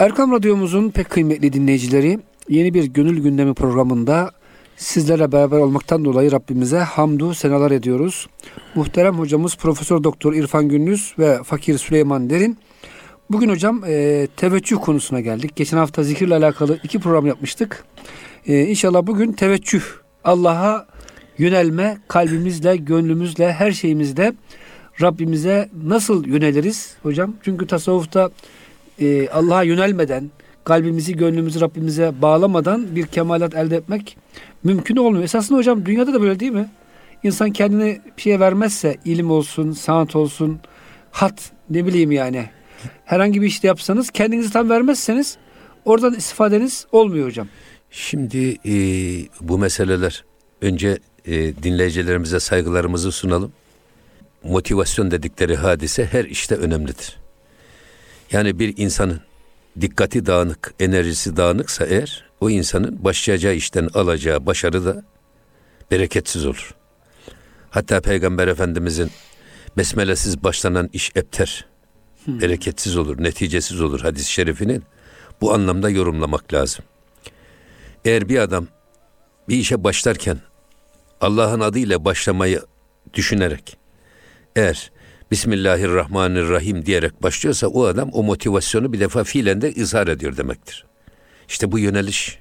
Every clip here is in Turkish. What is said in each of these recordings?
Erkam Radyomuzun pek kıymetli dinleyicileri, yeni bir Gönül Gündemi programında sizlerle beraber olmaktan dolayı Rabbimize hamdü senalar ediyoruz. Muhterem hocamız Profesör Doktor İrfan Gündüz ve Fakir Süleyman Derin. Bugün hocam teveccüh konusuna geldik. Geçen hafta zikirle alakalı 2 program yapmıştık. İnşallah bugün teveccüh, Allah'a yönelme, kalbimizle, gönlümüzle, her şeyimizle Rabbimize nasıl yöneliriz hocam? Çünkü tasavvufta Allah'a yönelmeden, kalbimizi, gönlümüzü Rabbimize bağlamadan bir kemalat elde etmek mümkün olmuyor. Esasında hocam dünyada da böyle değil mi? İnsan kendini bir şeye vermezse, ilim olsun, sanat olsun, ne bileyim yani. Herhangi bir işte yapsanız, kendinizi tam vermezseniz oradan istifadeniz olmuyor hocam. Şimdi bu meseleler, önce dinleyicilerimize saygılarımızı sunalım. Motivasyon dedikleri hadise her işte önemlidir. Yani bir insanın dikkati dağınık, enerjisi dağınıksa eğer, o insanın başlayacağı işten alacağı başarı da bereketsiz olur. Hatta Peygamber Efendimizin besmelesiz başlanan iş ebter, bereketsiz olur, neticesiz olur hadis-i şerifinin bu anlamda yorumlamak lazım. Eğer bir adam bir işe başlarken Allah'ın adıyla başlamayı düşünerek, eğer Bismillahirrahmanirrahim diyerek başlıyorsa o adam o motivasyonu bir defa fiilen de izhar ediyor demektir. İşte bu yöneliş,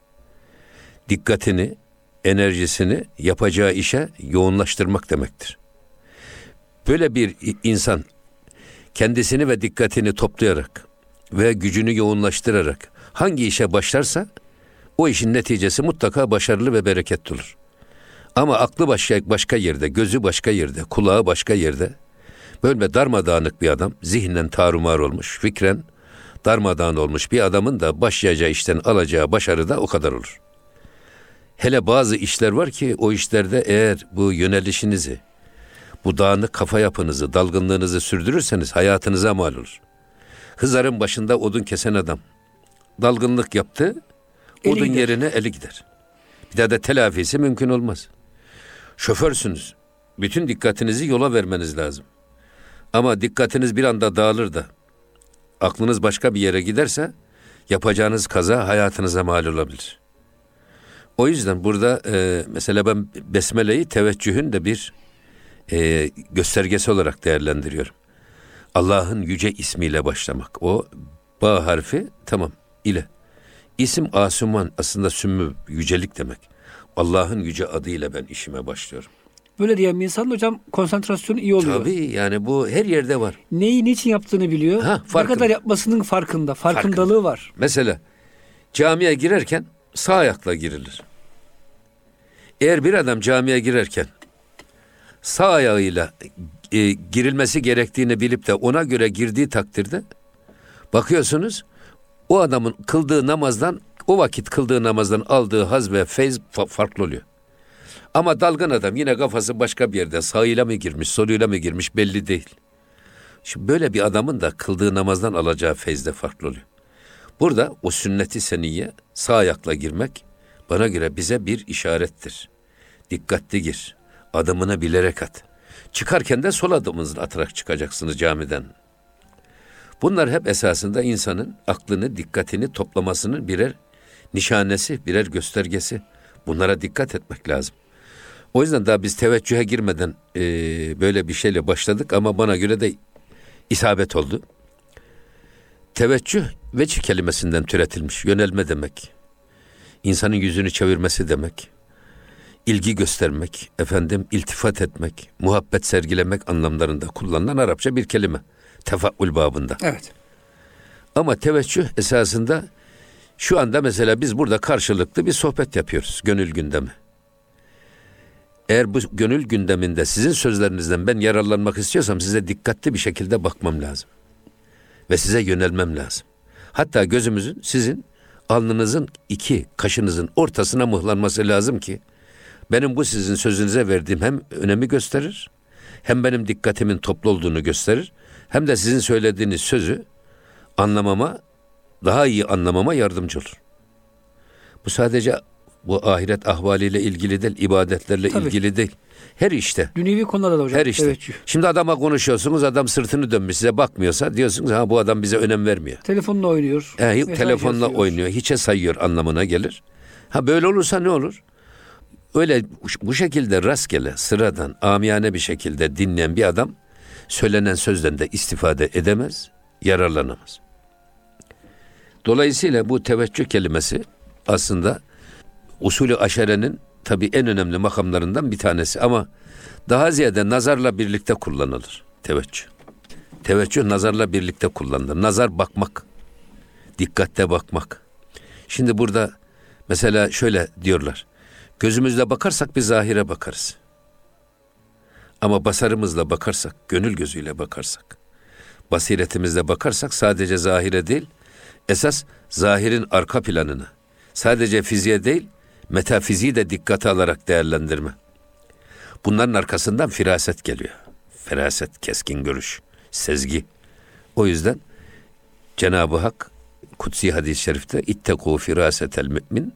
dikkatini, enerjisini yapacağı işe yoğunlaştırmak demektir. Böyle bir insan kendisini ve dikkatini toplayarak ve gücünü yoğunlaştırarak hangi işe başlarsa o işin neticesi mutlaka başarılı ve bereketli olur. Ama aklı başka yerde, gözü başka yerde, kulağı başka yerde, böyle darmadağınık bir adam, zihnen tarumar olmuş, fikren darmadağın olmuş bir adamın da başlayacağı işten alacağı başarı da o kadar olur. Hele bazı işler var ki o işlerde eğer bu yönelişinizi, bu dağınık kafa yapınızı, dalgınlığınızı sürdürürseniz hayatınıza mal olur. Hızarın başında odun kesen adam dalgınlık yaptı, odun yerine eli gider. Bir daha da telafisi mümkün olmaz. Şoförsünüz, bütün dikkatinizi yola vermeniz lazım. Ama dikkatiniz bir anda dağılır da aklınız başka bir yere giderse yapacağınız kaza hayatınıza mal olabilir. O yüzden burada mesela ben Besmele'yi teveccühün de bir göstergesi olarak değerlendiriyorum. Allah'ın yüce ismiyle başlamak. O ba harfi tamam ile. İsim asuman aslında sümmü yücelik demek. Allah'ın yüce adıyla ben işime başlıyorum. Böyle diyen bir insan hocam konsantrasyonu iyi oluyor. Tabii yani bu her yerde var. Neyi niçin yaptığını biliyor. Ne kadar yapmasının farkındalığı var. Mesela camiye girerken sağ ayakla girilir. Eğer bir adam camiye girerken sağ ayağıyla girilmesi gerektiğini bilip de ona göre girdiği takdirde bakıyorsunuz o adamın o vakit kıldığı namazdan aldığı haz ve feyz farklı oluyor. Ama dalgın adam yine kafası başka bir yerde, sağıyla mı girmiş, soluyla mı girmiş belli değil. Şimdi böyle bir adamın da kıldığı namazdan alacağı feyz de farklı oluyor. Burada o sünnet-i seniyye sağ ayakla girmek bana göre bize bir işarettir. Dikkatli gir, adımını bilerek at. Çıkarken de sol adımınızı atarak çıkacaksınız camiden. Bunlar hep esasında insanın aklını, dikkatini toplamasının birer nişanesi, birer göstergesi. Bunlara dikkat etmek lazım. O yüzden daha biz teveccühe girmeden böyle bir şeyle başladık ama bana göre de isabet oldu. Teveccüh vecih kelimesinden türetilmiş, yönelme demek. İnsanın yüzünü çevirmesi demek. İlgi göstermek, iltifat etmek, muhabbet sergilemek anlamlarında kullanılan Arapça bir kelime. Tefaül babında. Evet. Ama teveccüh esasında şu anda mesela biz burada karşılıklı bir sohbet yapıyoruz. Gönül gündemi. Eğer bu gönül gündeminde sizin sözlerinizden ben yararlanmak istiyorsam size dikkatli bir şekilde bakmam lazım. Ve size yönelmem lazım. Hatta gözümüzün sizin alnınızın iki kaşınızın ortasına mıhlanması lazım ki benim bu sizin sözünüze verdiğim hem önemi gösterir, hem benim dikkatimin toplu olduğunu gösterir, hem de sizin söylediğiniz sözü daha iyi anlamama yardımcı olur. Bu sadece Bu ahiret ahvaliyle ilgili değil, ibadetlerle Tabii. ilgili değil. Her işte. Dünyevi konularda da hocam. Her işte. Teveccüh. Şimdi adama konuşuyorsunuz, adam sırtını dönmüş size bakmıyorsa diyorsunuz ha bu adam bize önem vermiyor. Telefonla oynuyor. Mesaj Telefonla yazıyor. oynuyor, hiçe sayıyor anlamına gelir. Ha böyle olursa ne olur? Öyle bu şekilde rastgele, sıradan, amiyane bir şekilde dinleyen bir adam söylenen sözden de istifade edemez, yararlanamaz. Dolayısıyla bu teveccüh kelimesi aslında usulü aşerenin tabii en önemli makamlarından bir tanesi ama daha ziyade nazarla birlikte kullanılır teveccüh. Teveccüh nazarla birlikte kullanılır. Nazar bakmak, dikkatle bakmak. Şimdi burada mesela şöyle diyorlar. Gözümüzle bakarsak bir zahire bakarız. Ama basarımızla bakarsak, gönül gözüyle bakarsak, basiretimizle bakarsak sadece zahire değil, esas zahirin arka planını, sadece fiziğe değil, metafiziği de dikkate alarak değerlendirme. Bunların arkasından firaset geliyor. Feraset, keskin görüş, sezgi. O yüzden Cenab-ı Hak kutsi hadis-i şerifte İttekû firâsetel mü'min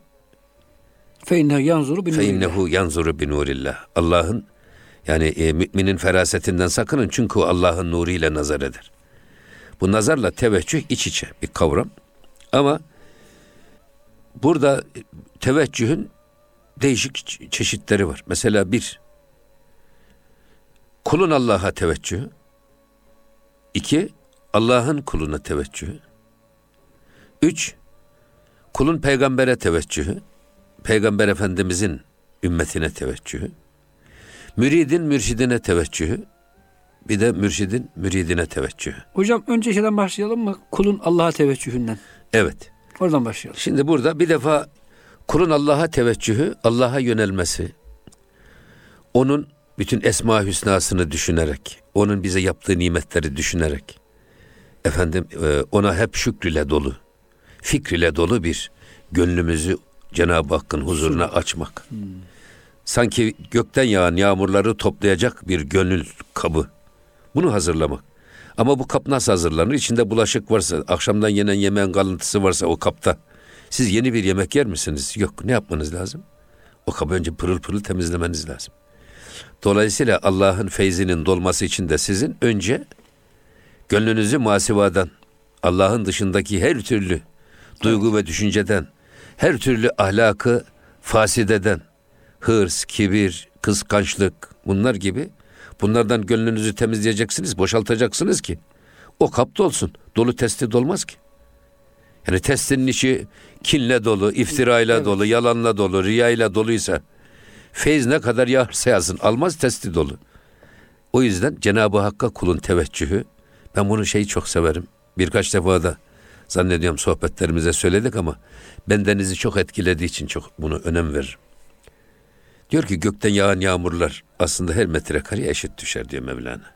فَاِنَّهُ yanzuru binurillah. Allah'ın yani müminin ferasetinden sakının çünkü o Allah'ın nuruyla nazar eder. Bu nazarla teveccüh iç içe bir kavram. Ama burada teveccühün değişik çeşitleri var. Mesela bir, kulun Allah'a teveccühü. İki, Allah'ın kuluna teveccühü. Üç, kulun peygambere teveccühü. Peygamber Efendimizin ümmetine teveccühü. Müridin mürşidine teveccühü. Bir de mürşidin müridine teveccühü. Hocam önce şeyden başlayalım mı? Kulun Allah'a teveccühünden. Evet. Oradan başlayalım. Şimdi burada bir defa kulun Allah'a teveccühü, Allah'a yönelmesi, onun bütün esma hüsnasını düşünerek, onun bize yaptığı nimetleri düşünerek, ona hep şükrüyle dolu, fikriyle dolu bir gönlümüzü Cenab-ı Hakk'ın huzuruna açmak. Sanki gökten yağan yağmurları toplayacak bir gönül kabı. Bunu hazırlamak. Ama bu kap nasıl hazırlanır? İçinde bulaşık varsa, akşamdan yenen yemeğin kalıntısı varsa o kapta, siz yeni bir yemek yer misiniz? Yok. Ne yapmanız lazım? O kabı önce pırıl pırıl temizlemeniz lazım. Dolayısıyla Allah'ın feyzinin dolması için de sizin önce gönlünüzü masivadan, Allah'ın dışındaki her türlü duygu ve düşünceden, her türlü ahlakı fasideden, hırs, kibir, kıskançlık bunlar gibi bunlardan gönlünüzü temizleyeceksiniz, boşaltacaksınız ki o kap dolsun. Dolu testi dolmaz ki. Yani testinin içi kinle dolu, iftirayla dolu, yalanla dolu, riyayla doluysa feyz ne kadar yağarsa yağsın almaz testi dolu. O yüzden Cenab-ı Hakk'a kulun teveccühü, ben bunu çok severim. Birkaç defa da zannediyorum sohbetlerimize söyledik ama bendenizi çok etkilediği için çok bunu önem veririm. Diyor ki gökten yağan yağmurlar aslında her metrekareye eşit düşer diyor Mevlana.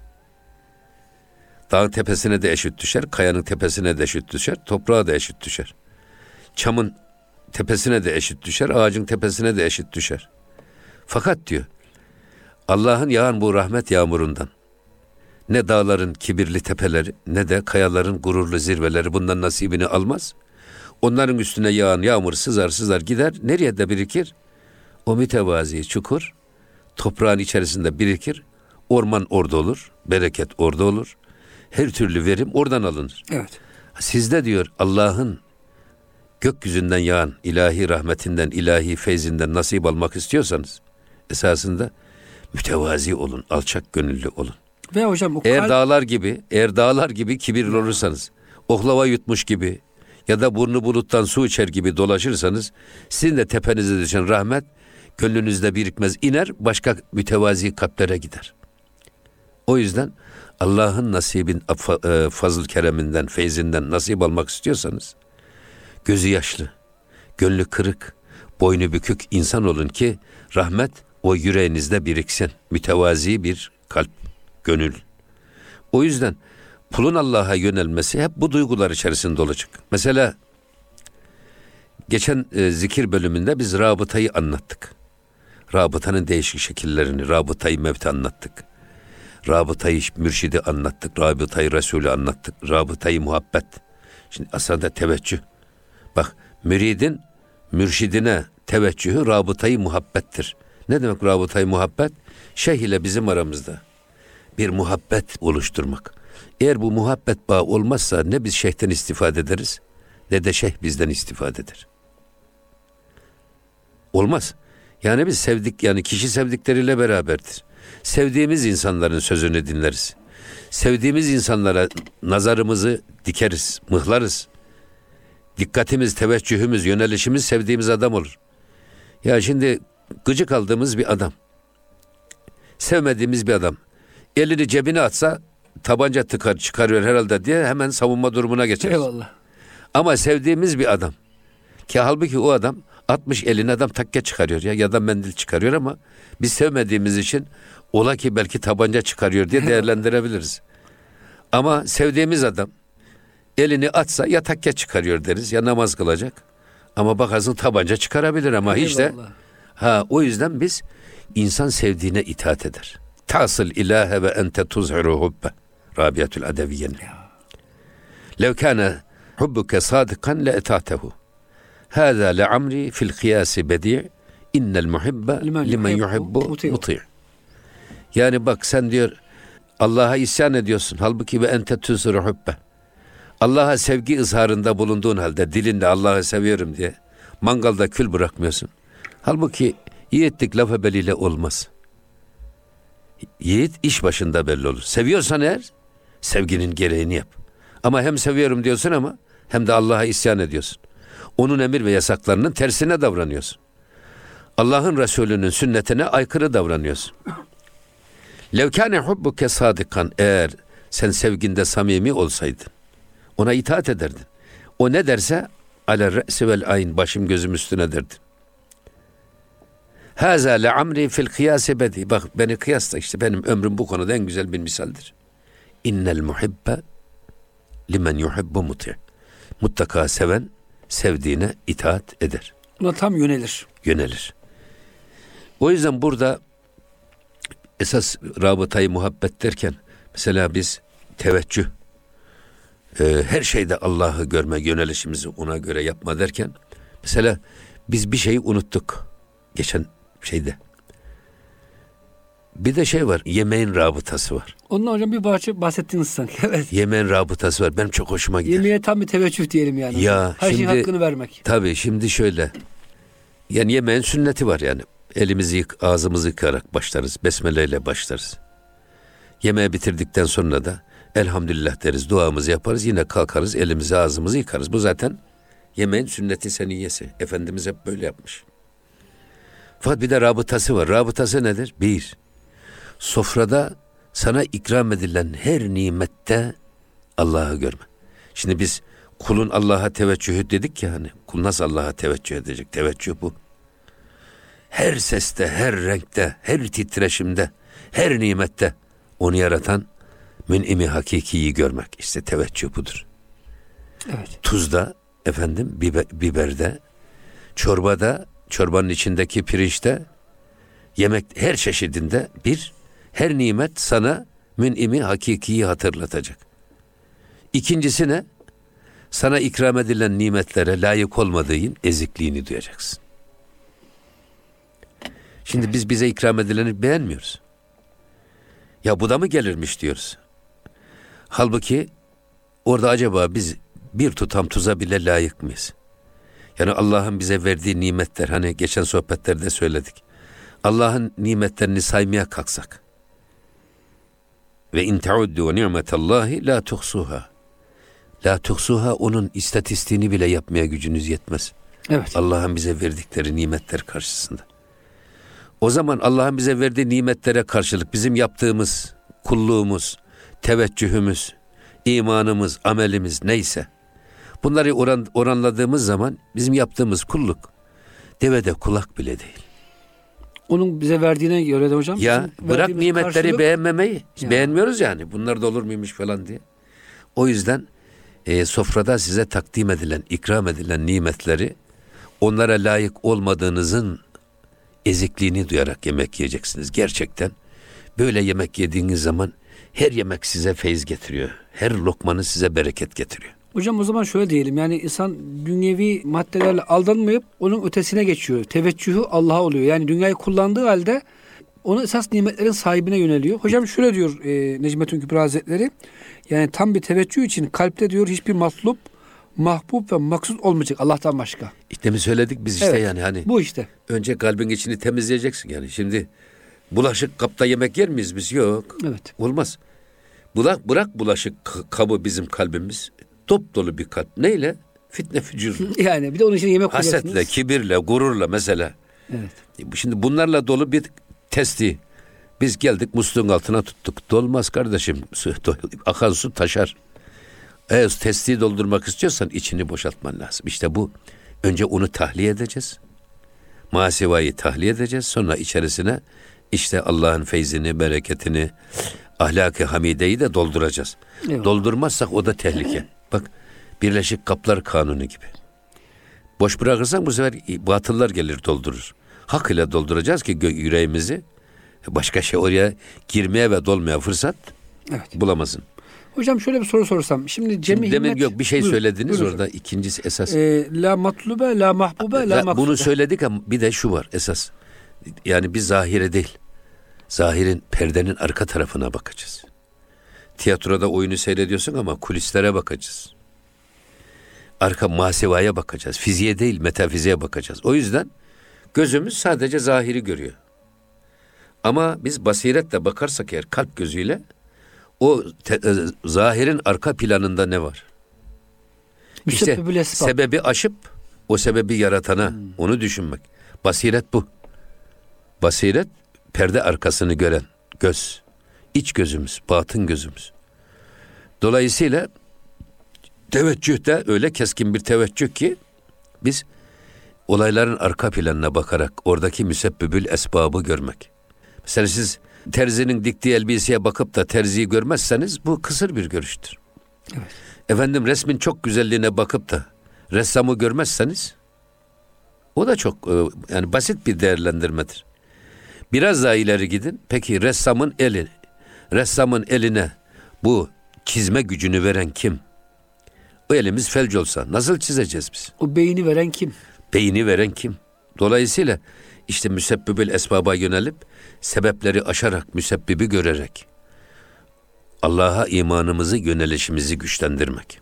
Dağın tepesine de eşit düşer, kayanın tepesine de eşit düşer, toprağa da eşit düşer. Çamın tepesine de eşit düşer, ağacın tepesine de eşit düşer. Fakat diyor, Allah'ın yağan bu rahmet yağmurundan ne dağların kibirli tepeleri ne de kayaların gururlu zirveleri bundan nasibini almaz. Onların üstüne yağan yağmur sızar sızar gider. Nereye de birikir? O mütevazi çukur toprağın içerisinde birikir. Orman orada olur, bereket orada olur. Her türlü verim oradan alınır. Evet. Sizde diyor Allah'ın gökyüzünden yağan ilahi rahmetinden, ilahi feyzinden nasip almak istiyorsanız esasında mütevazi olun, alçak gönüllü olun. Ve hocam eğer dağlar gibi kibirli olursanız, oklava yutmuş gibi ya da burnu buluttan su içer gibi dolaşırsanız sizin de tepenize düşen rahmet gönlünüzde birikmez, iner başka mütevazi kalplere gider. O yüzden Allah'ın nasibin, fazl-ı kereminden, feyzinden nasip almak istiyorsanız gözü yaşlı, gönlü kırık, boynu bükük insan olun ki rahmet o yüreğinizde biriksin. Mütevazi bir kalp, gönül. O yüzden kulun Allah'a yönelmesi hep bu duygular içerisinde olacak. Mesela geçen zikir bölümünde biz rabıtayı anlattık. Rabıtanın değişik şekillerini, rabıtayı mevti anlattık. Rabıtayı mürşidi anlattık, rabıtayı Resulü anlattık, rabıtayı muhabbet. Şimdi aslında teveccüh. Bak müridin mürşidine teveccühü rabıtayı muhabbettir. Ne demek rabıtayı muhabbet? Şeyh ile bizim aramızda bir muhabbet oluşturmak. Eğer bu muhabbet bağı olmazsa ne biz şeyhten istifade ederiz ne de şeyh bizden istifade eder. Olmaz. Yani biz sevdik, yani kişi sevdikleriyle beraberdir. Sevdiğimiz insanların sözünü dinleriz. Sevdiğimiz insanlara nazarımızı dikeriz, mıhlarız. Dikkatimiz, teveccühümüz, yönelişimiz sevdiğimiz adam olur. Ya şimdi gıcık aldığımız bir adam, sevmediğimiz bir adam, elini cebine atsa tabanca çıkarıyor herhalde diye hemen savunma durumuna geçeriz. Eyvallah. Ama sevdiğimiz bir adam, ki halbuki o adam 60 elini adam takke çıkarıyor ya da mendil çıkarıyor ama biz sevmediğimiz için ola ki belki tabanca çıkarıyor diye değerlendirebiliriz. Ama sevdiğimiz adam elini atsa ya takke çıkarıyor deriz ya namaz kılacak. Ama bakarsın tabanca çıkarabilir ama hiç de. O yüzden biz insan sevdiğine itaat eder. Tasıl ilahe ve ente tuzhiru hubbe. Rabiatül Adeviye'nin. Lev kâne hubbuke sadikan le etâtehu. Hâzâ le amri fil kıyâsi bedi' innel muhibbe limen yuhibbu muti'. Yani bak sen diyor Allah'a isyan ediyorsun. Halbuki ve ente tuzhiru hubbe. Allah'a sevgi izharında bulunduğun halde dilinle Allah'ı seviyorum diye mangalda kül bırakmıyorsun. Halbuki yiğitlik laf ebeliyle olmaz. Yiğit iş başında belli olur. Seviyorsan eğer sevginin gereğini yap. Ama hem seviyorum diyorsun ama hem de Allah'a isyan ediyorsun. Onun emir ve yasaklarının tersine davranıyorsun. Allah'ın Resulü'nün sünnetine aykırı davranıyorsun. Lev kâne hubbuke sadikan, eğer sen sevginde samimi olsaydın ona itaat ederdin. O ne derse ale re'si vel ayn, başım gözüm üstüne derdin. Hâzâ le amri fil kıyâsi bedi. Bak beni kıyasla, işte benim ömrüm bu konuda en güzel bir misaldir. İnnel muhibbe limen yuhibbu muti'. Mutlaka seven sevdiğine itaat eder. Buna tam yönelir. Yönelir. O yüzden burada esas rabıtayı muhabbet derken mesela biz teveccüh, her şeyde Allah'ı görme, yönelişimizi ona göre yapma derken mesela biz bir şeyi unuttuk geçen şeyde. Bir de şey var, yemeğin rabıtası var. Ondan hocam bir bahsettiniz sanki. Evet. Yemeğin rabıtası var. Benim çok hoşuma gider. Yemeğe tam bir teveccüh diyelim yani. Ya her şeyin hakkını vermek. Tabii şimdi şöyle. Yani yemeğin sünneti var yani. Elimizi ağzımızı yıkayarak başlarız. Besmele ile başlarız. Yemeği bitirdikten sonra da elhamdülillah deriz. Duamızı yaparız. Yine kalkarız. Elimizi ağzımızı yıkarız. Bu zaten yemeğin sünneti seniyyesi. Efendimiz hep böyle yapmış. Fakat bir de rabıtası var. Rabıtası nedir? Bir, sofrada sana ikram edilen her nimette Allah'ı görme. Şimdi biz kulun Allah'a teveccühü dedik ya, hani kul nasıl Allah'a teveccüh edecek? Teveccüh bu. Her seste, her renkte, her titreşimde, her nimette onu yaratan mün'imi hakikiyi görmek. İşte teveccüh budur. Evet. Tuzda, biberde, çorbada, çorbanın içindeki pirinçte, yemek her çeşidinde her nimet sana mün'imi hakikiyi hatırlatacak. İkincisi ne? Sana ikram edilen nimetlere layık olmadığın ezikliğini duyacaksın. Şimdi biz bize ikram edileni beğenmiyoruz. Ya bu da mı gelirmiş diyoruz. Halbuki orada acaba biz bir tutam tuza bile layık mıyız? Yani Allah'ın bize verdiği nimetler, hani geçen sohbetlerde söyledik. Allah'ın nimetlerini saymaya kalksak. Ve in teuddu ni'metallahi la tuhsuha. La tuhsuha, onun istatistiğini bile yapmaya gücünüz yetmez. Evet. Allah'ın bize verdikleri nimetler karşısında. O zaman Allah'ın bize verdiği nimetlere karşılık bizim yaptığımız kulluğumuz, teveccühümüz, imanımız, amelimiz neyse, bunları oranladığımız zaman bizim yaptığımız kulluk devede kulak bile değil. Onun bize verdiğine göre de hocam. Ya bırak nimetleri beğenmemeyi. Beğenmiyoruz yani. Bunlar da olur muymuş falan diye. O yüzden sofrada size takdim edilen, ikram edilen nimetleri onlara layık olmadığınızın ezikliğini duyarak yemek yiyeceksiniz. Gerçekten böyle yemek yediğiniz zaman her yemek size feyz getiriyor. Her lokmanın size bereket getiriyor. Hocam o zaman şöyle diyelim, yani insan dünyevi maddelerle aldanmayıp onun ötesine geçiyor. Teveccühü Allah'a oluyor. Yani dünyayı kullandığı halde onu esas nimetlerin sahibine yöneliyor. Hocam şöyle diyor Necmettin Kübra Hazretleri, yani tam bir teveccüh için kalpte diyor hiçbir matlup, mahbub ve maksud olmayacak Allah'tan başka. İşte mi söyledik biz işte, Evet, yani hani bu işte. önce kalbin içini temizleyeceksin yani. Şimdi bulaşık kapta yemek yer miyiz biz? Yok. Evet. Olmaz. Bırak bulaşık kabı bizim kalbimiz. Dop dolu bir kalp. Neyle? Fitne fücur. Yani bir de onun için yemek koyacaksınız. Hasetle, kibirle, gururla mesela. Evet. Şimdi bunlarla dolu bir testi. Biz geldik musluğun altına tuttuk. Dolmaz kardeşim. Akan su taşar. Eğer testiyi doldurmak istiyorsan içini boşaltman lazım. İşte bu. Önce onu tahliye edeceğiz. Masivayı tahliye edeceğiz. Sonra içerisine işte Allah'ın feyzini, bereketini, ahlak-ı hamideyi de dolduracağız. Eyvallah. Doldurmazsak o da tehlike. Bak, Birleşik Kaplar Kanunu gibi. Boş bırakırsan bu sefer batıllar gelir doldurur. Hak ile dolduracağız ki yüreğimizi, başka şey oraya girmeye ve dolmaya fırsat bulamasın. Hocam şöyle bir soru sorsam. Şimdi Cem-i demin Himmet... yok bir şey Buyurun, söylediniz buyurun orada, ikincisi esas. La matlube, la mahbube, la maksude. Bunu söyledik ama bir de şu var esas. Yani biz zahire değil. Zahirin, perdenin arka tarafına bakacağız. Tiyatroda oyunu seyrediyorsun ama kulislere bakacağız. Arka masivaya bakacağız. Fiziğe değil, metafiziğe bakacağız. O yüzden gözümüz sadece zahiri görüyor. Ama biz basiretle bakarsak eğer, kalp gözüyle, o zahirin arka planında ne var? İşte sebebi aşıp o sebebi yaratana onu düşünmek. Basiret bu. Basiret perde arkasını gören göz. İç gözümüz, batın gözümüz. Dolayısıyla teveccüh de öyle keskin bir teveccüh ki biz olayların arka planına bakarak oradaki müsebbibül esbabı görmek. Mesela siz terzinin diktiği elbiseye bakıp da terziyi görmezseniz bu kısır bir görüştür. Evet. Efendim resmin çok güzelliğine bakıp da ressamı görmezseniz o da çok yani basit bir değerlendirmedir. Biraz daha ileri gidin. Peki ressamın eline bu çizme gücünü veren kim? O elimiz felç olsa nasıl çizeceğiz biz? O beyni veren kim? Beyni veren kim? Dolayısıyla işte müsebbibül esbaba yönelip sebepleri aşarak, müsebbibi görerek Allah'a imanımızı, yönelişimizi güçlendirmek.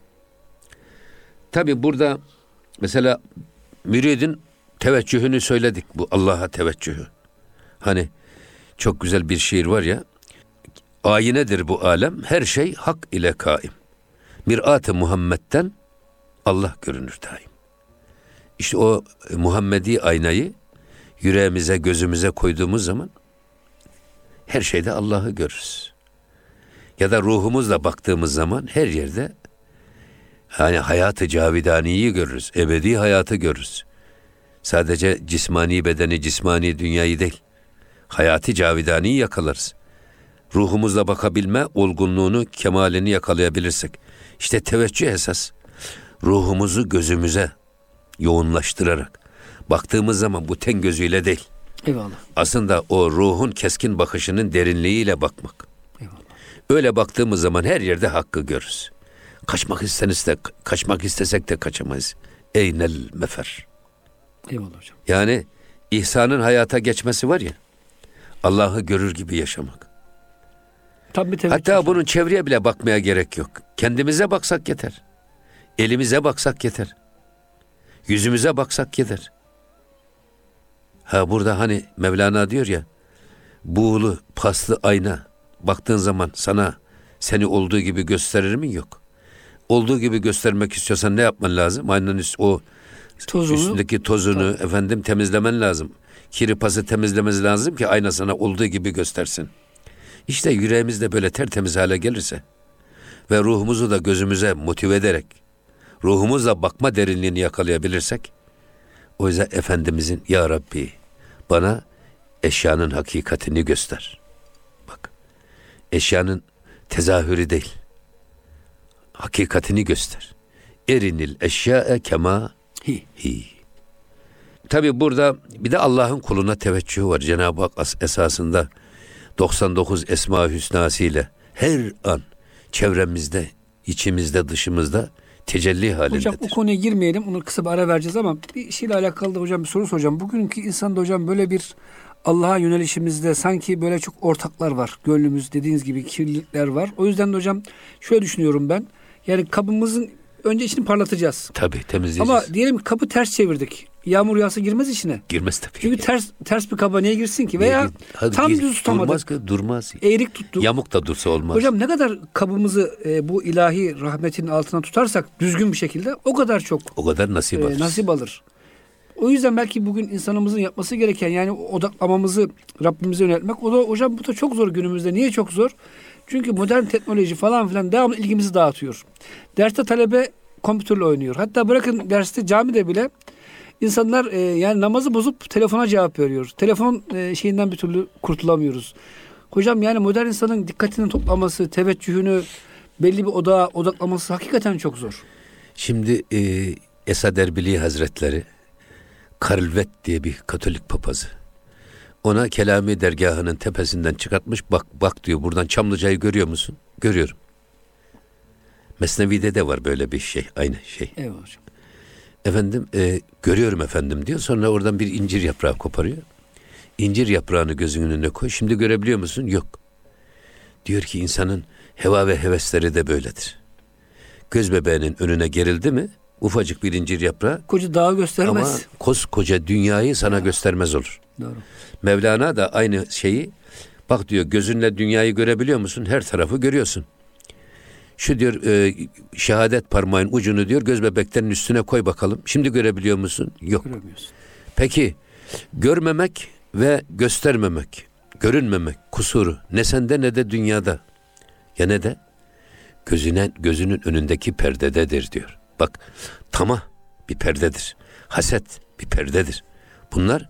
Tabi burada mesela müridin teveccühünü söyledik. Bu Allah'a teveccühü. Hani çok güzel bir şiir var ya. Ayinedir bu alem, her şey hak ile kaim. Mirat-ı Muhammed'den Allah görünür daim. İşte o Muhammedi aynayı yüreğimize, gözümüze koyduğumuz zaman her şeyde Allah'ı görürüz. Ya da ruhumuzla baktığımız zaman her yerde hani hayatı cavidaniyi görürüz. Ebedi hayatı görürüz. Sadece cismani bedeni, cismani dünyayı değil. Hayatı cavidaniyi yakalarız. Ruhumuzla bakabilme olgunluğunu, kemalini yakalayabilirsek. İşte teveccüh esas. Ruhumuzu gözümüze yoğunlaştırarak baktığımız zaman bu ten gözüyle değil. Eyvallah. Aslında o ruhun keskin bakışının derinliğiyle bakmak. Eyvallah. Öyle baktığımız zaman her yerde hakkı görürüz. Kaçmak istesek de kaçamayız. Eynel mefer. Eyvallah hocam. Yani ihsanın hayata geçmesi var ya, Allah'ı görür gibi yaşamak. Tam bir teveccüh. Hatta bunun çevreye bile bakmaya gerek yok. Kendimize baksak yeter. Elimize baksak yeter. Yüzümüze baksak yeter. Burada hani Mevlana diyor ya, buğulu, paslı ayna baktığın zaman sana seni olduğu gibi gösterir mi? Yok. Olduğu gibi göstermek istiyorsan ne yapman lazım? Aynanın üstündeki tozunu temizlemen lazım. Kiri pası temizlemesi lazım ki ayna sana olduğu gibi göstersin. İşte yüreğimiz de böyle tertemiz hale gelirse ve ruhumuzu da gözümüze motive ederek ruhumuzla bakma derinliğini yakalayabilirsek, o yüzden Efendimizin ya Rabbi bana eşyanın hakikatini göster. Bak, eşyanın tezahürü değil, hakikatini göster. Erinil eşya'e kema hi. Tabi burada bir de Allah'ın kuluna teveccühü var. Cenab-ı Hak esasında 99 Esma-ı Hüsnası ile her an çevremizde içimizde, dışımızda tecelli halindedir. Hocam o konuya girmeyelim. Onu kısa bir ara vereceğiz ama bir şeyle alakalı da hocam bir soru soracağım. Bugünkü insanda hocam böyle bir Allah'a yönelişimizde sanki böyle çok ortaklar var. Gönlümüz dediğiniz gibi kirlilikler var. O yüzden de hocam şöyle düşünüyorum ben. Yani kabımızın önce içini parlatacağız. Tabii temizleyeceğiz. Ama diyelim ki kabı ters çevirdik. Yağmur yağsa girmez içine. Girmez tabii. Çünkü ters bir kaba niye girsin ki? Veya tam düz tutamadık. Durmaz ki, durmaz. Eğrik tuttuk. Yamuk da dursa olmaz. Hocam ne kadar kabımızı bu ilahi rahmetin altına tutarsak düzgün bir şekilde o kadar çok o kadar nasip alır. Nasip alır. O yüzden belki bugün insanımızın yapması gereken yani odaklamamızı Rabbimize yöneltmek. O da hocam bu da çok zor günümüzde. Niye çok zor? Çünkü modern teknoloji falan filan devamlı ilgimizi dağıtıyor. Derste talebe kompütürle oynuyor. Hatta bırakın derste camide bile insanlar yani namazı bozup telefona cevap veriyor. Telefon şeyinden bir türlü kurtulamıyoruz. Hocam yani modern insanın dikkatini toplaması, teveccühünü belli bir odağa odaklaması hakikaten çok zor. Şimdi Esad Erbili Hazretleri Karlvet diye bir Katolik papazı. Ona Kelami dergahının tepesinden çıkartmış. Bak diyor, buradan Çamlıca'yı görüyor musun? Görüyorum. Mesnevi'de de var böyle bir şey. Aynı şey. Evet hocam. Efendim görüyorum efendim diyor. Sonra oradan bir incir yaprağı koparıyor. İncir yaprağını gözünün önüne koy. Şimdi görebiliyor musun? Yok. Diyor ki insanın heva ve hevesleri de böyledir. Göz bebeğinin önüne gerildi mi ufacık bir incir yaprağı koca dağı göstermez. Ama koskoca dünyayı sana göstermez olur. Doğru. Mevlana da aynı şeyi, bak diyor, gözünle dünyayı görebiliyor musun? Her tarafı görüyorsun. Şu diyor şehadet parmağın ucunu diyor göz bebeklerinin üstüne koy bakalım. Şimdi görebiliyor musun? Yok. Göremiyorsun. Peki görmemek ve göstermemek, görünmemek kusuru ne sende ne de dünyada. Ya ne de? Gözünün önündeki perdededir diyor. Bak, tamah bir perdedir. Haset bir perdedir. Bunlar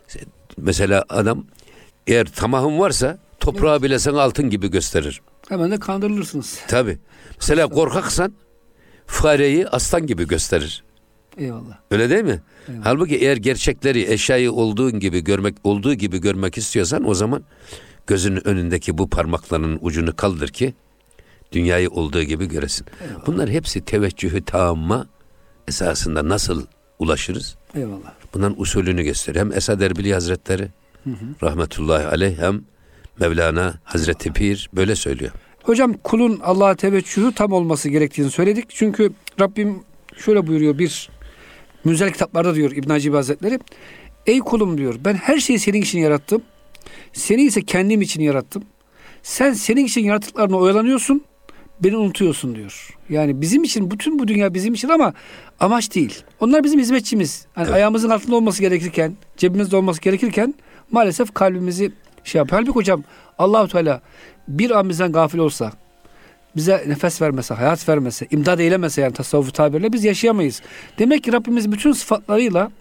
mesela adam eğer tamahın varsa toprağı bile sana altın gibi gösterir. Hemen de kandırılırsınız. Tabii. Mesela korkaksan fareyi aslan gibi gösterir. Eyvallah. Öyle değil mi? Eyvallah. Halbuki eğer gerçekleri, eşyayı olduğu gibi görmek istiyorsan o zaman gözünün önündeki bu parmaklarının ucunu kaldır ki dünyayı olduğu gibi göresin. Eyvallah. Bunlar hepsi teveccühü tamma esasında nasıl ulaşırız? Eyvallah. Bunların usulünü gösteriyor. Hem Esad Erbili Hazretleri rahmetullahi aleyh, hem Mevlana Hazreti Pir böyle söylüyor. Hocam kulun Allah'a teveccühü tam olması gerektiğini söyledik. Çünkü Rabbim şöyle buyuruyor, bir müzel kitaplarda diyor İbn Hacibi Hazretleri. Ey kulum diyor, ben her şeyi senin için yarattım. Seni ise kendim için yarattım. Sen senin için yarattıklarına oyalanıyorsun, beni unutuyorsun diyor. Yani bizim için, bütün bu dünya bizim için ama amaç değil. Onlar bizim hizmetçimiz. Yani evet. Ayağımızın altında olması gerekirken, cebimizde olması gerekirken maalesef kalbimizi yapıyor. Halbuki hocam Allah-u Teala bir an bizden gafil olsa, bize nefes vermese, hayat vermese, imdad eylemese, yani tasavvufu tabirle biz yaşayamayız. Demek ki Rabbimiz bütün sıfatlarıyla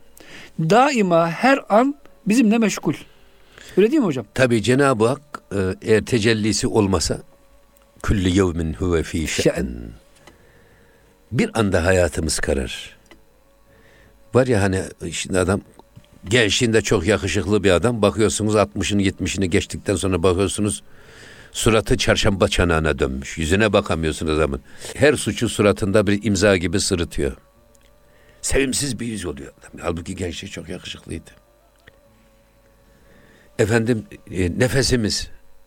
daima her an bizimle meşgul. Öyle değil mi hocam? Tabii Cenab-ı Hak eğer tecellisi olmasa kulli yevmin huve fî şe'n, bir anda hayatımız karar. Var ya hani şimdi adam gençliğinde çok yakışıklı bir adam, bakıyorsunuz 60'ını 70'ini geçtikten sonra bakıyorsunuz suratı çarşamba çanağına dönmüş. Yüzüne bakamıyorsunuz adamın. Her suçu suratında bir imza gibi sırıtıyor. Sevimsiz bir yüz oluyor. Halbuki gençliği çok yakışıklıydı. Efendim nefesimiz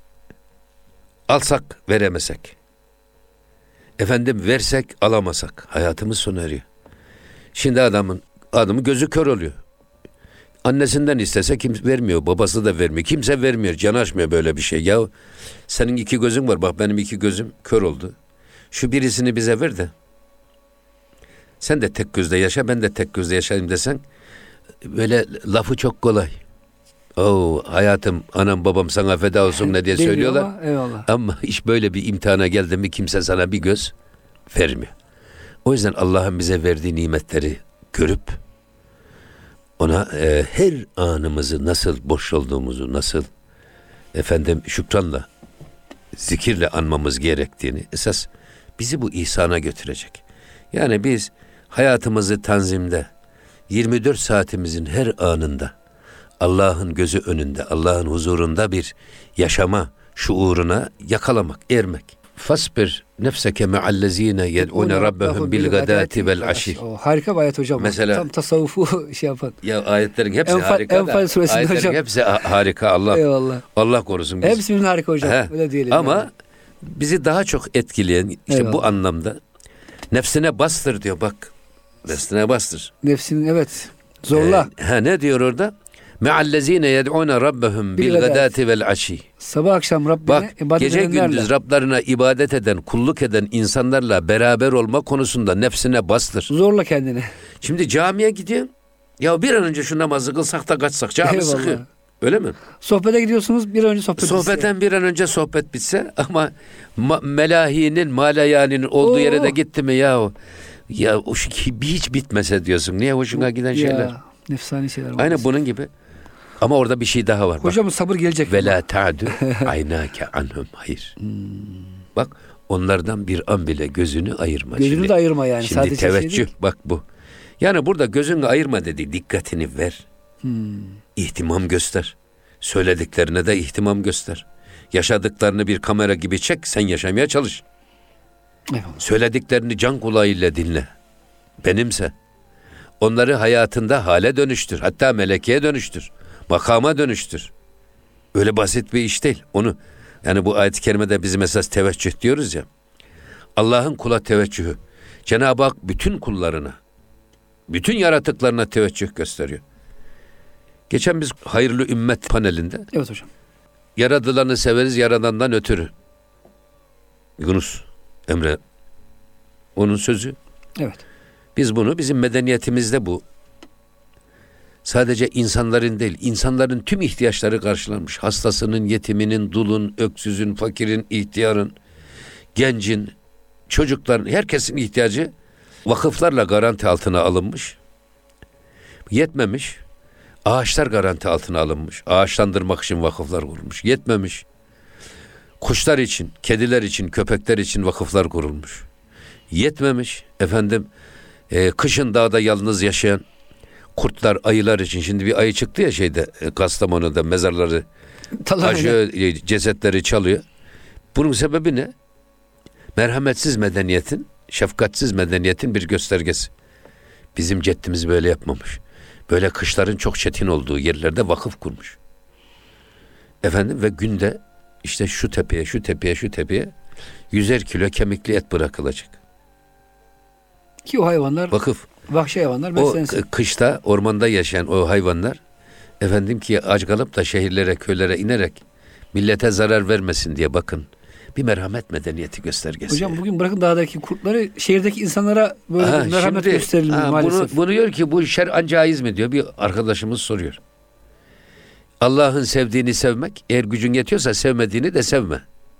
alsak veremesek, efendim versek alamasak hayatımız sona eriyor. Şimdi adamın gözü kör oluyor. Annesinden istese kimse vermiyor, babası da vermiyor. Kimse vermiyor, canaşmıyor böyle bir şey. Ya senin 2 gözün var, bak benim 2 gözüm kör oldu. Şu birisini bize ver de sen de tek gözle yaşa, ben de tek gözle yaşayayım desen böyle lafı çok kolay. Hayatım, anam babam sana feda olsun ne diye söylüyorlar. Ama iş böyle bir imtihana geldi mi kimse sana bir göz vermiyor. O yüzden Allah'ın bize verdiği nimetleri görüp ona her anımızı nasıl boş olduğumuzu, nasıl şükranla, zikirle anmamız gerektiğini, esas bizi bu ihsana götürecek. Yani biz hayatımızı tanzimde 24 saatimizin her anında Allah'ın gözü önünde, Allah'ın huzurunda bir yaşama şuuruna yakalamak, ermek. Fasbir nefseke me'allezine yed'une rabbehum bil gadati vel aşi. Harika bir ayet hocam. Mesela, tam tasavvufu şey yapan. Ya ayetlerin hepsi harika Enfal suresinde ayetlerin hocam. hepsi harika. Allah korusun. Hepsinin harika hocam. Öyle diyelim. Ama yani. bizi daha çok etkileyen işte bu anlamda nefsine bastır diyor bak. Nefsine bastır. Nefsinin evet. Zorla. Ne diyor orada? Me'allezine yed'une rabbehum bil gadati vel aşi. Sabah akşam Rabbine ibadet gece edenlerle. gündüz Rablarına ibadet eden, kulluk eden insanlarla beraber olma konusunda nefsine bastır. Zorla kendini. Şimdi camiye gidiyorsun. Ya bir an önce şu namazı kılsak da kaçsak. Cami sıkıyor. Öyle mi? Sohbete gidiyorsunuz, bir an önce sohbet bitse. Sohbetten bir an önce sohbet bitse ama melahinin, malayaninin olduğu yere de gitti mi ya o hiç bitmese diyorsun. Niye hoşuna giden şeyler? Nefsani şeyler. Aynen bunun gibi. Ama orada bir şey daha var. Hocam sabır gelecek. Ve la ta'du aynake anhum. Hayır. Bak onlardan bir an bile gözünü ayırma. Gözünü de ayırma yani. Şimdi sadece teveccüh bak bu. Yani burada gözünü ayırma dedi. Dikkatini ver. İhtimam göster. Söylediklerine de ihtimam göster. Yaşadıklarını bir kamera gibi çek. Sen yaşamaya çalış. Eyvallah. Söylediklerini can kulağıyla dinle. Benimse. Onları hayatında hale dönüştür. Hatta melekeye dönüştür. Makama dönüştür. Öyle basit bir iş değil. Onu yani bu ayet-i kerimede bizim esas teveccüh diyoruz ya. Allah'ın kula teveccühü. Cenab-ı Hak bütün kullarına, bütün yaratıklarına teveccüh gösteriyor. Geçen biz hayırlı ümmet panelinde. Evet hocam. Yaradılanı severiz yaradandan ötürü. Yunus Emre. Onun sözü. Evet. Biz bunu bizim medeniyetimizde bu. Sadece insanların değil, insanların tüm ihtiyaçları karşılanmış. Hastasının, yetiminin, dulun, öksüzün, fakirin, ihtiyarın, gencin, çocukların, herkesin ihtiyacı vakıflarla garanti altına alınmış. Yetmemiş. Ağaçlar garanti altına alınmış. Ağaçlandırmak için vakıflar kurulmuş. Yetmemiş. Kuşlar için, kediler için, köpekler için vakıflar kurulmuş. Yetmemiş. Kışın dağda yalnız yaşayan kurtlar, ayılar için. Şimdi bir ayı çıktı ya Kastamonu'da mezarları taşıyor, cesetleri çalıyor. Bunun sebebi ne? Merhametsiz medeniyetin, şefkatsiz medeniyetin bir göstergesi. Bizim ceddimiz böyle yapmamış. Böyle kışların çok çetin olduğu yerlerde vakıf kurmuş. Ve günde işte şu tepeye 100'er kilo kemikli et bırakılacak. Ki o hayvanlar vakıf. Vahşi hayvanlar beslensin. O kışta ormanda yaşayan o hayvanlar ki aç kalıp da şehirlere, köylere inerek millete zarar vermesin diye bakın. Bir merhamet medeniyeti göstergesi. Hocam bugün bırakın dağdaki kurtları şehirdeki insanlara böyle bir merhamet gösterilmiyor maalesef. Bunu diyor ki bu şer'an caiz mi diyor bir arkadaşımız soruyor. Allah'ın sevdiğini sevmek, eğer gücün yetiyorsa sevmediğini de sevme.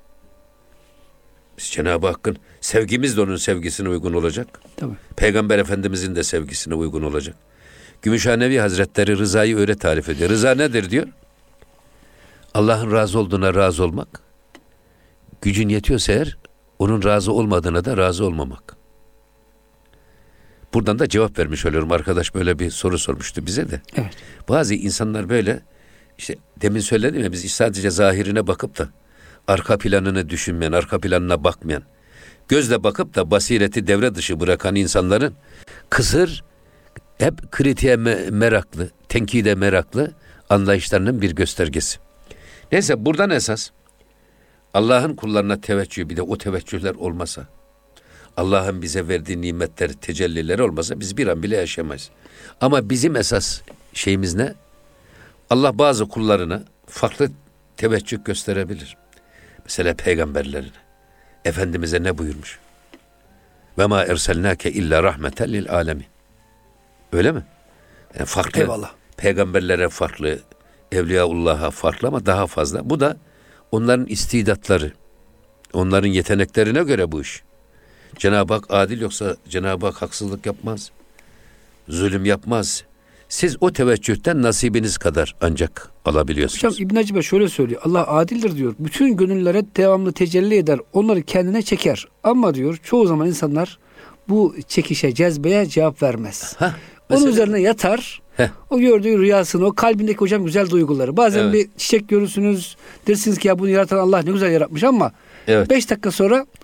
Biz Cenab-ı Hakk'ın sevgimiz de onun sevgisine uygun olacak. Tabii. Peygamber Efendimizin de sevgisine uygun olacak. Gümüşhanevi Hazretleri rızayı öyle tarif ediyor. Rıza nedir diyor? Allah'ın razı olduğuna razı olmak. Gücün yetiyorsa eğer onun razı olmadığına da razı olmamak. Buradan da cevap vermiş oluyorum. Arkadaş böyle bir soru sormuştu bize de. Evet. Bazı insanlar böyle işte demin söyledim ya biz sadece zahirine bakıp da arka planını düşünmeyen, arka planına bakmayan, gözle bakıp da basireti devre dışı bırakan insanların kısır, hep kritiğe meraklı, tenkide meraklı anlayışlarının bir göstergesi. Neyse buradan esas Allah'ın kullarına teveccüh, bir de o teveccühler olmasa, Allah'ın bize verdiği nimetler, tecellileri olmasa biz bir an bile yaşamayız. Ama bizim esas şeyimiz ne? Allah bazı kullarına farklı teveccüh gösterebilir. Mesela peygamberlerine. Efendimiz'e ne buyurmuş? Ve ma erselnake illa rahmeten lil alemin. Öyle mi? Yani farklı. Eyvallah. Peygamberlere farklı, Evliyaullah'a farklı ama daha fazla. Bu da onların istidatları, onların yeteneklerine göre bu iş. Cenab-ı Hak adil, yoksa Cenab-ı Hak haksızlık yapmaz, zulüm yapmaz. Siz o teveccühten nasibiniz kadar ancak alabiliyorsunuz. Hocam İbn Hacı Bey şöyle söylüyor. Allah adildir diyor. Bütün gönüllere devamlı tecelli eder. Onları kendine çeker. Ama diyor çoğu zaman insanlar bu çekişe, cezbeye cevap vermez. Onun üzerine yatar. O gördüğü rüyasını, o kalbindeki hocam güzel duyguları. Bazen bir çiçek görürsünüz. Dersiniz ki ya bunu yaratan Allah ne güzel yaratmış ama 5 dakika sonra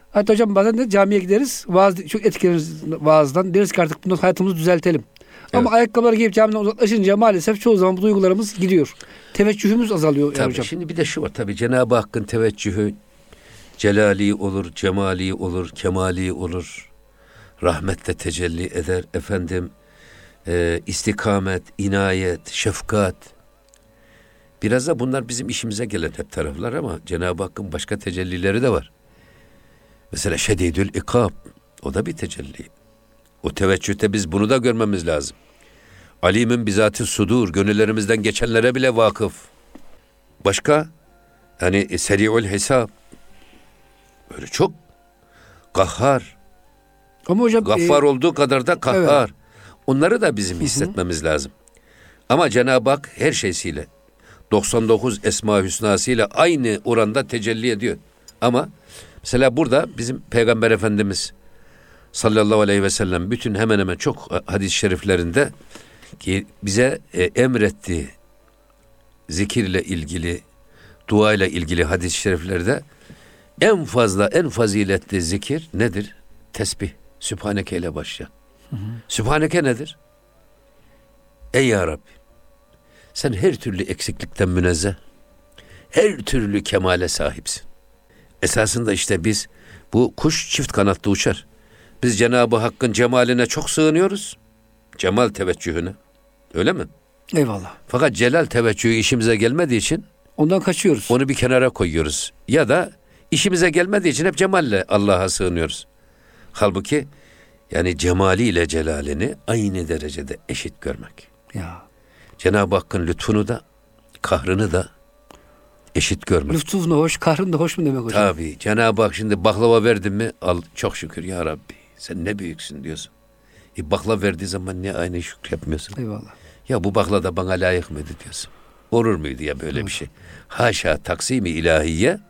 Hatta hocam bazen de camiye gideriz. Vaaz, çok etkileniriz vaazdan. Deriz ki artık bunu hayatımızı düzeltelim. Ama ayakkabıları giyip camiden uzaklaşınca maalesef çoğu zaman bu duygularımız gidiyor. Teveccühümüz azalıyor tabii, hocam. şimdi bir de şu var tabii, Cenab-ı Hakk'ın teveccühü celali olur, cemali olur, kemali olur. Rahmetle tecelli eder. Efendim istikamet, inayet, şefkat. Biraz da bunlar bizim işimize gelen hep taraflar ama Cenab-ı Hakk'ın başka tecellileri de var. Mesela şedidül ikab, o da bir tecelli. O teveccühte biz bunu da görmemiz lazım. Alimin bizati sudur, gönüllerimizden geçenlere bile vakıf. Başka? Yani seri'ül hesap. Böyle çok kahhar. Ama hocam Gaffar olduğu kadar da kahhar. Evet. Onları da bizim hissetmemiz lazım. Ama Cenab-ı Hak her şeysiyle 99 Esma-i Hüsna'sıyla aynı oranda tecelli ediyor. Ama mesela burada bizim Peygamber Efendimiz sallallahu aleyhi ve sellem bütün hemen hemen çok hadis-i şeriflerinde ki bize emrettiği zikirle ilgili, dua ile ilgili hadis-i şeriflerde en fazla, en faziletli zikir nedir? Tesbih. Sübhaneke ile başlayan. Sübhaneke nedir? Ey ya Rabbi, sen her türlü eksiklikten münezzeh, her türlü kemale sahipsin. Esasında işte biz, bu kuş çift kanatlı uçar. Biz Cenab-ı Hakk'ın cemaline çok sığınıyoruz. Cemal teveccühüne. Öyle mi? Eyvallah. Fakat celal teveccühü işimize gelmediği için ondan kaçıyoruz. Onu bir kenara koyuyoruz. Ya da işimize gelmediği için hep cemalle Allah'a sığınıyoruz. Halbuki yani cemaliyle celalini aynı derecede eşit görmek. Ya. Cenab-ı Hakk'ın lütfunu da, kahrını da eşit görmek. Lütfun da hoş, kahrın da hoş mu demek hocam? Tabii. Cenab-ı Hak şimdi baklava verdin mi, al çok şükür ya Rabbi. Sen ne büyüksün diyorsun. Baklava verdiği zaman niye aynı şükür yapmıyorsun? Eyvallah. Ya bu baklava da bana layık mıydı diyorsun. Olur muydu ya böyle bir şey? Haşa, taksimi ilahiye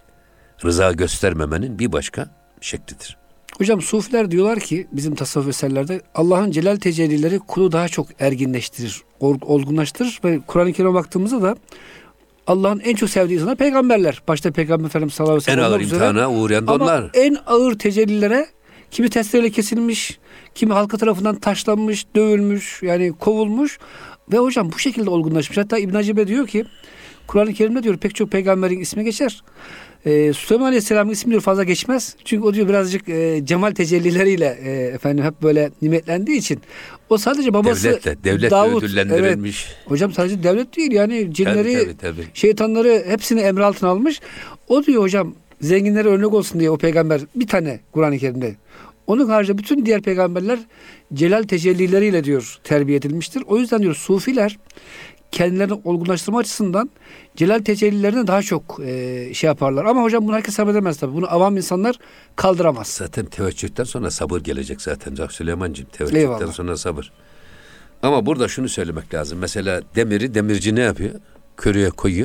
rıza göstermemenin bir başka şeklidir. Hocam sufiler diyorlar ki bizim tasavvuf eserlerde Allah'ın celal tecellileri kulu daha çok erginleştirir, olgunlaştırır ve Kur'an-ı Kerim'e baktığımızda da Allah'ın en çok sevdiği insanlar peygamberler. Başta Peygamber Efendimiz sallallahu aleyhi ve sellem en ağır imtihana uğrayan da onlar. Ama en ağır tecellilere kimi testereyle kesilmiş, kimi halkı tarafından taşlanmış, dövülmüş, yani kovulmuş ve hocam bu şekilde olgunlaşmış. Hatta İbn Hacibe diyor ki Kur'an-ı Kerim'de diyor pek çok peygamberin ismi geçer. Süleyman Aleyhisselam'ın ismi diyor fazla geçmez. Çünkü o diyor birazcık cemal tecellileriyle efendim hep böyle nimetlendiği için. O sadece babası devletle Davut, ödüllendirilmiş. Evet. Hocam sadece devlet değil yani cinleri, tabii. şeytanları hepsini emri altına almış. O diyor hocam zenginlere örnek olsun diye o peygamber bir tane Kur'an-ı Kerim'de. Onun haricinde bütün diğer peygamberler celal tecellileriyle diyor terbiye edilmiştir. O yüzden diyor sufiler kendilerini olgunlaştırma açısından celal tecellilerine daha çok şey yaparlar. Ama hocam bunu herkes sabredemez tabii. Bunu avam insanlar kaldıramaz. Zaten teveccühten sonra sabır gelecek zaten. Süleyman'cığım teveccühten Eyvallah. sonra sabır. Ama burada şunu söylemek lazım. Mesela demirci ne yapıyor? Körüğe koyuyor.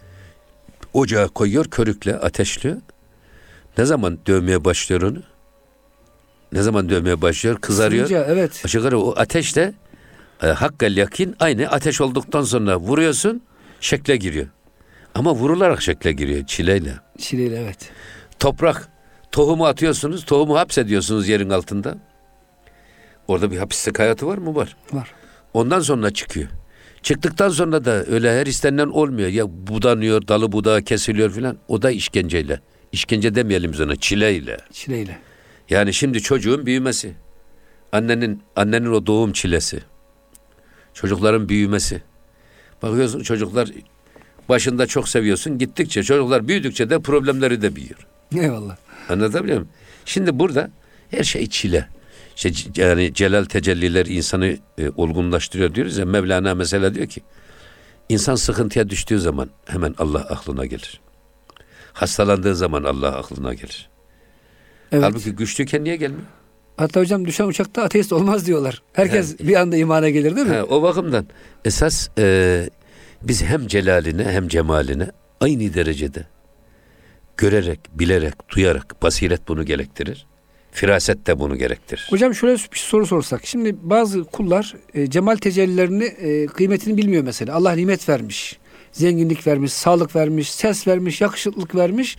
Ocağa koyuyor, körükle ateşliyor. Ne zaman dövmeye başlıyor onu? Ne zaman dövmeye başlıyor? Kızarıyor. Sınca, evet. Aşağı yukarı o ateşle hakkal yakin aynı ateş olduktan sonra vuruyorsun, şekle giriyor. Ama vurularak şekle giriyor çileyle. Çileyle, evet. Toprak, tohumu atıyorsunuz, tohumu hapsediyorsunuz yerin altında. Orada bir hapislik hayatı var mı? Var. Var. Ondan sonra çıkıyor. Çıktıktan sonra da öyle her istenilen olmuyor. Ya budanıyor, dalı budağı kesiliyor filan. O da işkenceyle. İşkence demeyelim biz ona, çileyle. Çileyle. Yani şimdi çocuğun büyümesi. Annenin o doğum çilesi. Çocukların büyümesi. Bakıyorsun çocuklar başında çok seviyorsun. Gittikçe çocuklar büyüdükçe de problemleri de büyüyor. Eyvallah. Anlatabiliyor muyum? Şimdi burada her şey çile. İşte yani celal tecelliler insanı olgunlaştırıyor diyoruz ya. Mevlana mesela diyor ki insan sıkıntıya düştüğü zaman hemen Allah aklına gelir. Hastalandığı zaman Allah aklına gelir. Evet. Halbuki güçlüyken niye gelmiyor? Hatta hocam düşen uçakta ateist olmaz diyorlar. Herkes bir anda imana gelir değil mi? O bakımdan esas biz hem celaline hem cemaline aynı derecede görerek, bilerek, duyarak, basiret bunu gerektirir. Firaset de bunu gerektirir. Hocam şöyle bir soru sorsak. Şimdi bazı kullar cemal tecellilerini kıymetini bilmiyor mesela. Allah nimet vermiş, zenginlik vermiş, sağlık vermiş, ses vermiş, yakışıklılık vermiş.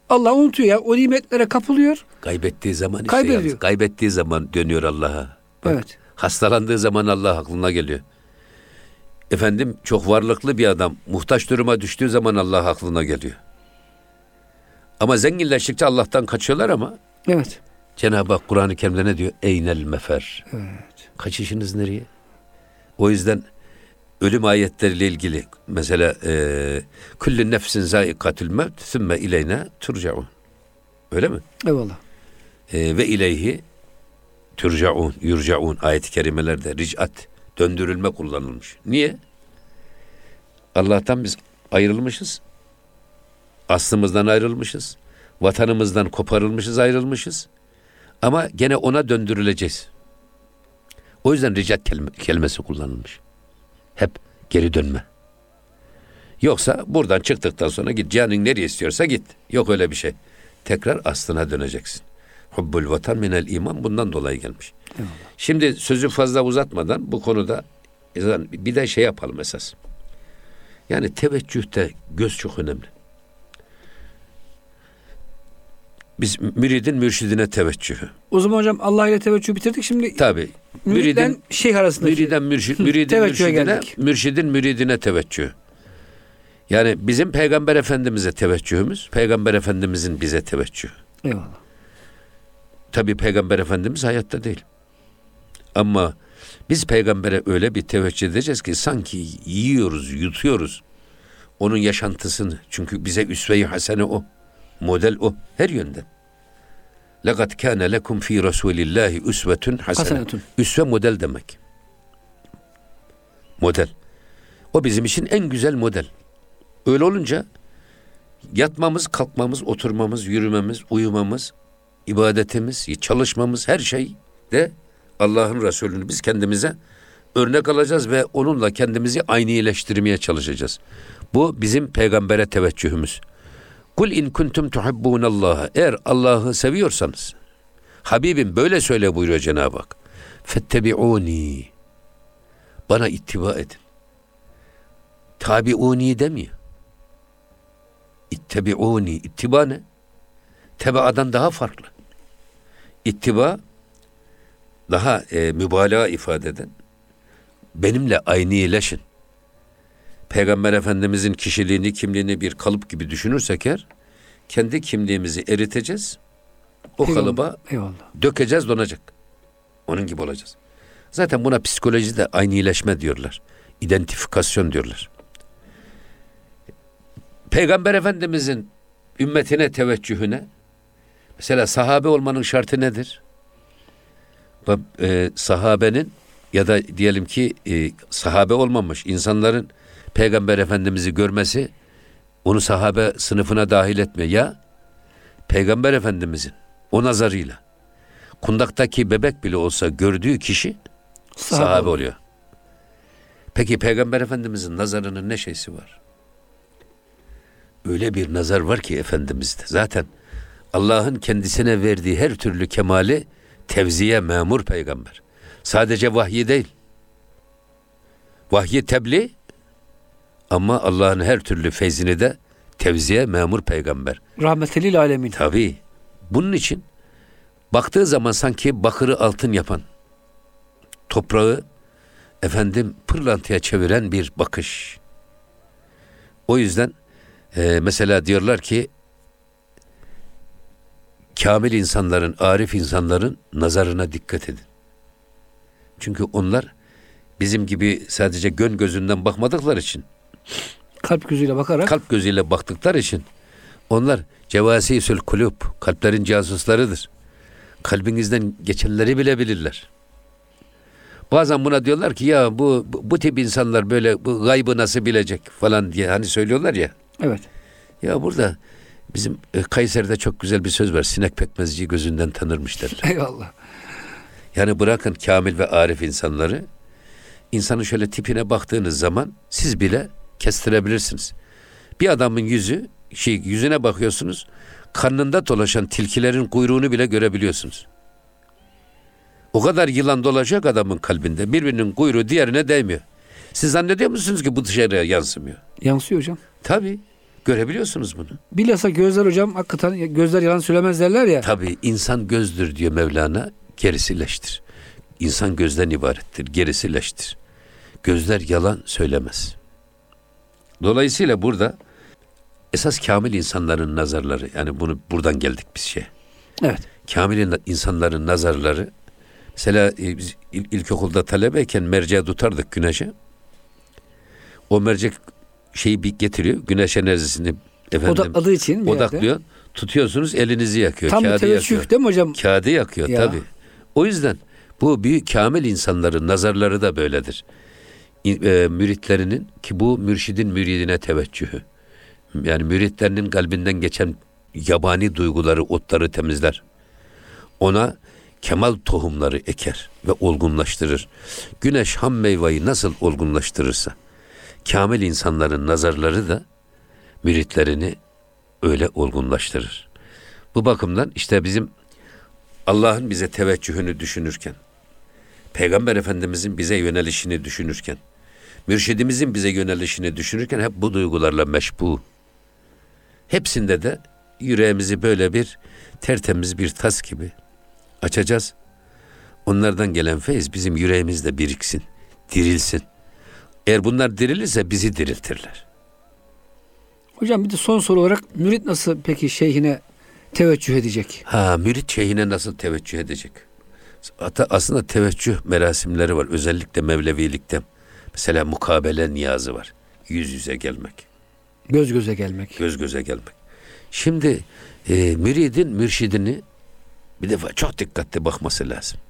Allah unutuyor ya. O nimetlere kapılıyor. Kaybettiği zaman işte Kaybediyor. yalnız. Kaybettiği zaman dönüyor Allah'a. Bak, Evet. hastalandığı zaman Allah aklına geliyor. Efendim çok varlıklı bir adam muhtaç duruma düştüğü zaman Allah aklına geliyor. Ama zenginleştikçe Allah'tan kaçıyorlar ama Evet. Cenab-ı Hak Kur'an-ı Kerim'de ne diyor? Eynel mefer. Evet. Kaçışınız nereye? O yüzden ölüm ayetleriyle ilgili mesela kullu nefsin zâikatül mevt sümme ileyna turcaun. Öyle mi? Eyvallah. Ve ileyhi turcaun, yurcaun ayet-i kerimelerde ric'at, döndürülme kullanılmış. Niye? Allah'tan biz ayrılmışız. Aslımızdan ayrılmışız. Vatanımızdan koparılmışız, ayrılmışız. Ama gene ona döndürüleceğiz. O yüzden ricat kelimesi kullanılmış. Hep geri dönme. Yoksa buradan çıktıktan sonra git. Canın nereye istiyorsa git. Yok öyle bir şey. Tekrar aslına döneceksin. Hubbul vatan minel iman bundan dolayı gelmiş. Eyvallah. Şimdi sözü fazla uzatmadan bu konuda bir de şey yapalım esas. Yani teveccühte göz çok önemli. Biz müridin mürşidine teveccühü. O zaman hocam Allah ile teveccühü bitirdik. Şimdi Tabii. müridden şeyh arasındaki Müridin teveccühe mürşidine, geldik. mürşidin müridine teveccüh. Yani bizim Peygamber Efendimiz'e teveccühümüz, Peygamber Efendimiz'in bize teveccühü. Eyvallah. Tabii Peygamber Efendimiz hayatta değil. Ama biz Peygamber'e öyle bir teveccüh edeceğiz ki sanki yiyoruz, yutuyoruz onun yaşantısını. Çünkü bize üsve-i hasene o. Model o. Her yönden. لَقَدْ كَانَ لَكُمْ ف۪ي رَسُولِ اللّٰهِ اُسْوَةٌ حَسَنَةٌ. Hasenetun. Üsve model demek. Model. O bizim için en güzel model. Öyle olunca yatmamız, kalkmamız, oturmamız, yürümemiz, uyumamız, ibadetimiz, çalışmamız her şey de Allah'ın Resulü'nü biz kendimize örnek alacağız ve onunla kendimizi aynileştirmeye çalışacağız. Bu bizim peygambere teveccühümüz. Kul in kuntum tuhibbunallaha. Eğer Allah'ı seviyorsanız, Habibim böyle söyle buyuruyor Cenab-ı Hak. Fettebi'uni. Bana ittiba edin. Tabi'uni demiyor. İttebi'uni. İttiba ne? Tebaadan daha farklı. İttiba daha mübalağa ifade eden. Benimle aynileşin. Peygamber Efendimizin kişiliğini, kimliğini bir kalıp gibi düşünürsek eğer, kendi kimliğimizi eriteceğiz. O kalıba Eyvallah. dökeceğiz, donacak. Onun gibi olacağız. Zaten buna psikolojide aynileşme diyorlar. İdentifikasyon diyorlar. Peygamber Efendimizin ümmetine teveccühüne, mesela sahabe olmanın şartı nedir? Sahabenin ya da diyelim ki sahabe olmamış insanların Peygamber Efendimiz'i görmesi onu sahabe sınıfına dahil etmiyor. Ya Peygamber Efendimiz'in o nazarıyla kundaktaki bebek bile olsa gördüğü kişi sahabe oluyor. Peki Peygamber Efendimiz'in nazarının ne şeysi var? Öyle bir nazar var ki Efendimiz'de. Zaten Allah'ın kendisine verdiği her türlü kemali tevziye memur peygamber. Sadece vahyi değil. Vahyi tebliğ ama Allah'ın her türlü feyzini de tevziye memur peygamber. Rahmetelil alemin. Tabii. Bunun için baktığı zaman sanki bakırı altın yapan, toprağı pırlantaya çeviren bir bakış. O yüzden mesela diyorlar ki kamil insanların, arif insanların nazarına dikkat edin. Çünkü onlar bizim gibi sadece gön gözünden bakmadıkları için, Kalp gözüyle bakarak. kalp gözüyle baktıkları için onlar cevasisül kulub, kalplerin casuslarıdır. Kalbinizden geçenleri bile bilirler. Bazen buna diyorlar ki ya bu tip insanlar böyle bu gaybı nasıl bilecek falan diye hani söylüyorlar ya. Evet. Ya burada bizim Kayseri'de çok güzel bir söz var. Sinek pekmezciyi gözünden tanırmış derler. Eyvallah. Yani bırakın kamil ve arif insanları, insanın şöyle tipine baktığınız zaman siz bile kestirebilirsiniz. Bir adamın yüzüne bakıyorsunuz, karnında dolaşan tilkilerin kuyruğunu bile görebiliyorsunuz. O kadar yılan dolaşıyor adamın kalbinde. Birbirinin kuyruğu diğerine değmiyor. Siz zannediyor musunuz ki bu dışarıya yansımıyor? Yansıyor hocam. Tabii. Görebiliyorsunuz bunu. Bilhassa gözler hocam, hakikaten gözler yalan söylemez derler ya. Tabii insan gözdür diyor Mevlana, gerisi leştir. İnsan gözden ibarettir, gerisi leştir. Gözler yalan söylemez. Dolayısıyla burada esas kamil insanların nazarları, yani bunu buradan geldik biz şeye. Evet. Kamil insanların nazarları, mesela biz ilkokulda talebeyken merceğe tutardık güneşe. O mercek şeyi bir getiriyor, güneş enerjisini odakladığı için odaklıyor. Tutuyorsunuz, elinizi yakıyor. Tam kağıdı teveccüh yakıyor. değil mi hocam? Kağıdı yakıyor Ya. tabii. O yüzden bu büyük kamil insanların nazarları da böyledir. Müritlerinin, ki bu mürşidin müridine teveccühü. Yani müritlerinin kalbinden geçen yabani duyguları, otları temizler. Ona kemal tohumları eker ve olgunlaştırır. Güneş ham meyveyi nasıl olgunlaştırırsa, kamil insanların nazarları da müritlerini öyle olgunlaştırır. Bu bakımdan işte bizim Allah'ın bize teveccühünü düşünürken, Peygamber Efendimizin bize yönelişini düşünürken, mürşidimizin bize yönelişini düşünürken hep bu duygularla meşbu. Hepsinde de yüreğimizi böyle bir tertemiz bir tas gibi açacağız. Onlardan gelen feyz bizim yüreğimizde biriksin, dirilsin. Eğer bunlar dirilirse bizi diriltirler. Hocam bir de son soru olarak, mürit nasıl peki şeyhine teveccüh edecek? Mürit şeyhine nasıl teveccüh edecek? Hatta aslında teveccüh merasimleri var. Özellikle Mevlevilikte. Mesela mukabele niyazı var. Yüz yüze gelmek. Göz göze gelmek. Göz göze gelmek. Şimdi müridin mürşidini bir defa çok dikkatli bakması lazım.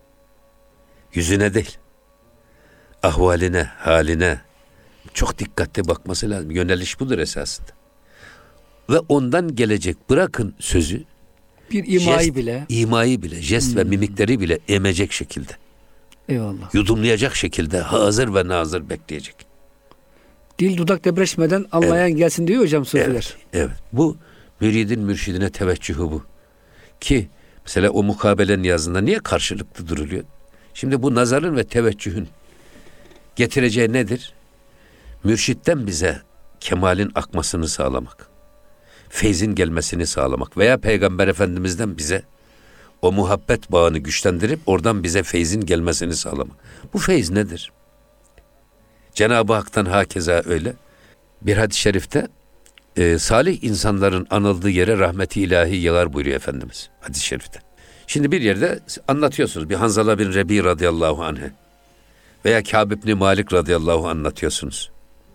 Yüzüne değil. Ahvaline, haline çok dikkatli bakması lazım. Yöneliş budur esasında. Ve ondan gelecek, bırakın sözü, bir imayı bile, jest ve mimikleri bile emecek şekilde. Eyvallah. Yudumlayacak şekilde hazır ve nazır bekleyecek. Dil dudak debreşmeden anlayan gelsin diyor hocam sözler. Evet, evet. Bu müridin mürşidine teveccühü bu. Ki mesela o mukabele niyazında niye karşılıklı duruluyor? Şimdi bu nazarın ve teveccühün getireceği nedir? Mürşitten bize kemalin akmasını sağlamak. Feyzin gelmesini sağlamak veya Peygamber Efendimiz'den bize o muhabbet bağını güçlendirip oradan bize feyzin gelmesini sağlamak. Bu feyz nedir? Cenab-ı Hak'tan hakeza öyle. Bir hadis-i şerifte salih insanların anıldığı yere rahmeti ilahi yağar buyuruyor Efendimiz hadis-i şerifte. Şimdi bir yerde anlatıyorsunuz. Bir Hanzala bin Rebi radıyallahu anh veya Kâb ibn Malik radıyallahu anh anlatıyorsunuz.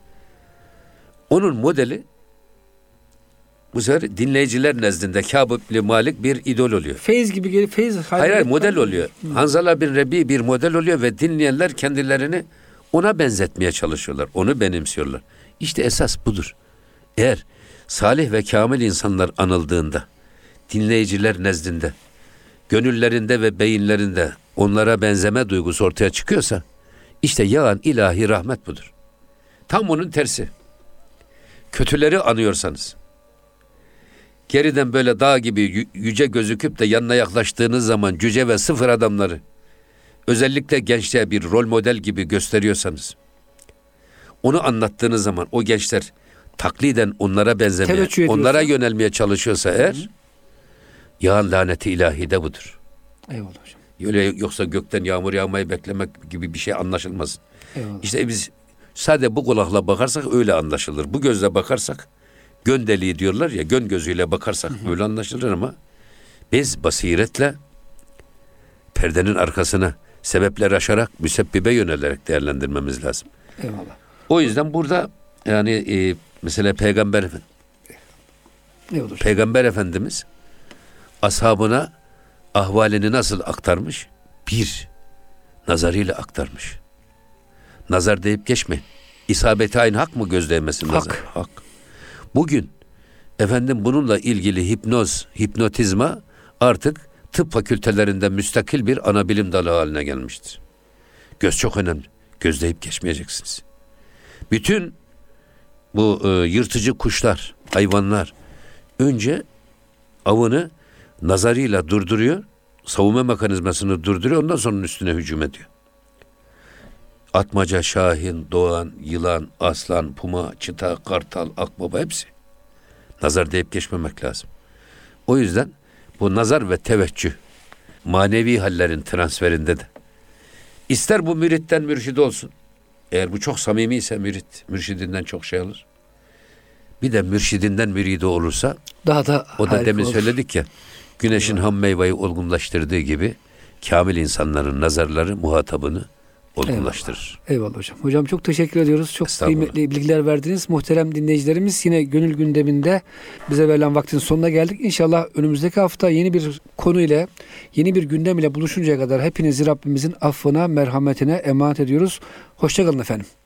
Onun modeli bu sefer dinleyiciler nezdinde Kâb ibn Malik bir idol oluyor. Feyz gibi gelip feyz. Hayır model oluyor. Hanzala bin Rebi bir model oluyor ve dinleyenler kendilerini ona benzetmeye çalışıyorlar. Onu benimsiyorlar. İşte esas budur. Eğer salih ve kamil insanlar anıldığında, dinleyiciler nezdinde, gönüllerinde ve beyinlerinde onlara benzeme duygusu ortaya çıkıyorsa, işte yağan ilahi rahmet budur. Tam onun tersi. Kötüleri anıyorsanız, geriden böyle dağ gibi yüce gözüküp de yanına yaklaştığınız zaman cüce ve sıfır adamları, özellikle gençliğe bir rol model gibi gösteriyorsanız, onu anlattığınız zaman o gençler takliden onlara benzemeye, onlara yönelmeye çalışıyorsa eğer, yağan laneti ilahi de budur. Eyvallah hocam. Öyle yoksa gökten yağmur yağmayı beklemek gibi bir şey anlaşılmaz. Eyvallah. İşte biz sadece bu kulakla bakarsak öyle anlaşılır. Bu gözle bakarsak, gön deliği diyorlar ya, gön gözüyle bakarsak öyle anlaşılır ama biz basiretle perdenin arkasına sebepler aşarak müsebbibe yönelerek değerlendirmemiz lazım. Eyvallah. O yüzden burada yani mesela Peygamber Efendimiz ashabına ahvalini nasıl aktarmış? Bir, nazarıyla aktarmış. Nazar deyip geçmeyin. İsabeti aynı hak mı göz değmesin nazar? Hak. Bugün efendim bununla ilgili hipnotizma artık tıp fakültelerinde müstakil bir ana bilim dalı haline gelmiştir. Göz çok önemli. Göz deyip geçmeyeceksiniz. Bütün bu yırtıcı kuşlar, hayvanlar önce avını nazarıyla durduruyor, savunma mekanizmasını durduruyor, ondan sonra üstüne hücum ediyor. Atmaca, şahin, doğan, yılan, aslan, puma, çita, kartal, akbaba hepsi. Nazar deyip geçmemek lazım. O yüzden bu nazar ve teveccüh manevi hallerin transferinde de ister bu müritten mürşidi olsun. Eğer bu çok samimi ise mürşidinden çok şey alır. Bir de mürşidinden müridi olursa daha da o da demin olur. söyledik ya, güneşin ham meyveyi olgunlaştırdığı gibi kamil insanların nazarları muhatabını olgunlaştırır. Eyvallah hocam. Hocam çok teşekkür ediyoruz. Çok kıymetli bilgiler verdiniz. Muhterem dinleyicilerimiz, yine gönül gündeminde bize verilen vaktin sonuna geldik. İnşallah önümüzdeki hafta yeni bir konu ile, yeni bir gündem ile buluşuncaya kadar hepinizi Rabbimizin affına, merhametine emanet ediyoruz. Hoşça kalın efendim.